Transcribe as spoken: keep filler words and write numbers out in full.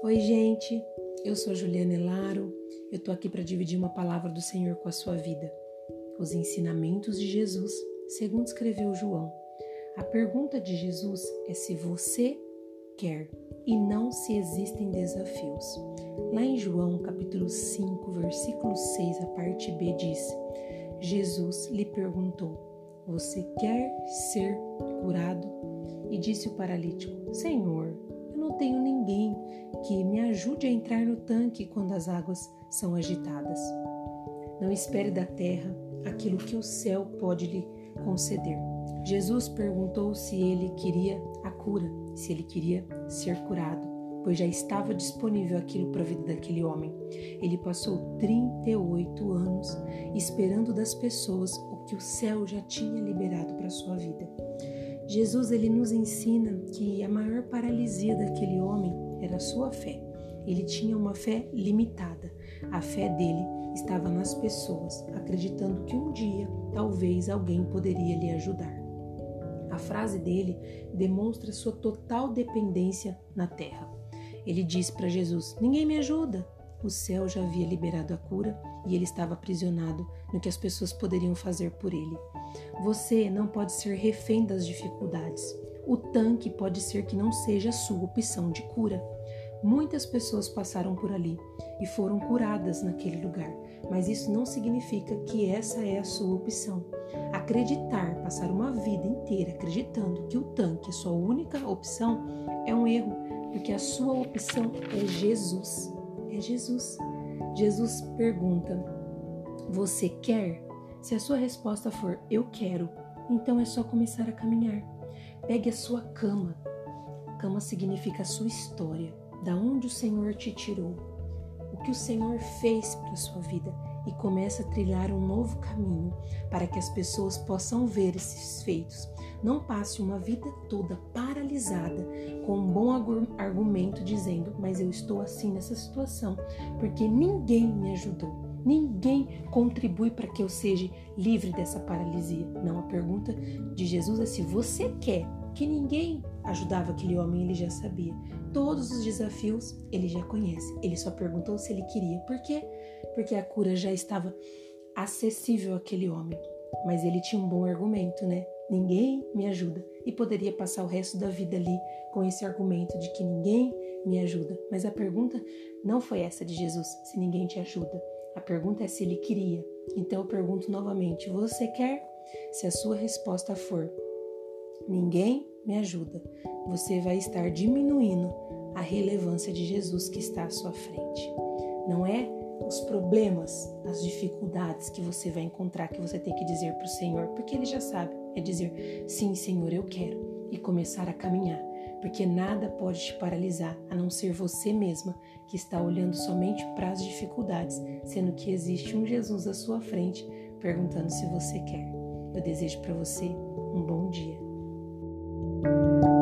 Oi, gente, eu sou Juliana Elaro, eu tô aqui para dividir uma palavra do Senhor com a sua vida. Os ensinamentos de Jesus, segundo escreveu João. A pergunta de Jesus é se você quer e não se existem desafios. Lá em João, capítulo cinco, versículo seis, a parte B diz: Jesus lhe perguntou: você quer ser curado? E disse o paralítico: Senhor, eu não tenho ninguém que me ajude a entrar no tanque quando as águas são agitadas. Não espere da terra aquilo que o céu pode lhe conceder. Jesus perguntou se ele queria a cura, se ele queria ser curado, pois já estava disponível aquilo para a vida daquele homem. Ele passou trinta e oito anos esperando das pessoas o que o céu já tinha liberado para a sua vida. Jesus ele nos ensina que a maior paralisia daquele homem era a sua fé. Ele tinha uma fé limitada. A fé dele estava nas pessoas, acreditando que um dia talvez alguém poderia lhe ajudar. A frase dele demonstra sua total dependência na terra. Ele diz para Jesus: ninguém me ajuda. O céu já havia liberado a cura e ele estava aprisionado no que as pessoas poderiam fazer por ele. Você não pode ser refém das dificuldades. O tanque pode ser que não seja a sua opção de cura. Muitas pessoas passaram por ali e foram curadas naquele lugar, mas isso não significa que essa é a sua opção. Acreditar, passar uma vida inteira acreditando que o tanque é sua única opção é um erro, porque a sua opção é Jesus. É Jesus. Jesus pergunta: você quer? Se a sua resposta for eu quero, então é só começar a caminhar. Pegue a sua cama. Cama significa a sua história, da onde o Senhor te tirou, o que o Senhor fez para a sua vida, e comece a trilhar um novo caminho para que as pessoas possam ver esses feitos. Não passe uma vida toda paralisada com um bom argumento dizendo: mas eu estou assim nessa situação porque ninguém me ajudou. Ninguém contribui para que eu seja livre dessa paralisia. Não, a pergunta de Jesus é se você quer. Que ninguém ajudava aquele homem, ele já sabia. Todos os desafios ele já conhece. Ele só perguntou se ele queria. Por quê? Porque a cura já estava acessível àquele homem. Mas ele tinha um bom argumento, né? Ninguém me ajuda. E poderia passar o resto da vida ali com esse argumento de que ninguém me ajuda. Mas a pergunta não foi essa de Jesus, se ninguém te ajuda. A pergunta é se ele queria. Então eu pergunto novamente: você quer? Se a sua resposta for ninguém me ajuda, você vai estar diminuindo a relevância de Jesus que está à sua frente. Não é os problemas, as dificuldades que você vai encontrar que você tem que dizer para o Senhor, porque Ele já sabe. É dizer: sim, Senhor, eu quero, e começar a caminhar, porque nada pode te paralisar a não ser você mesma que está olhando somente para as dificuldades, sendo que existe um Jesus à sua frente perguntando se você quer. Eu desejo para você um bom dia.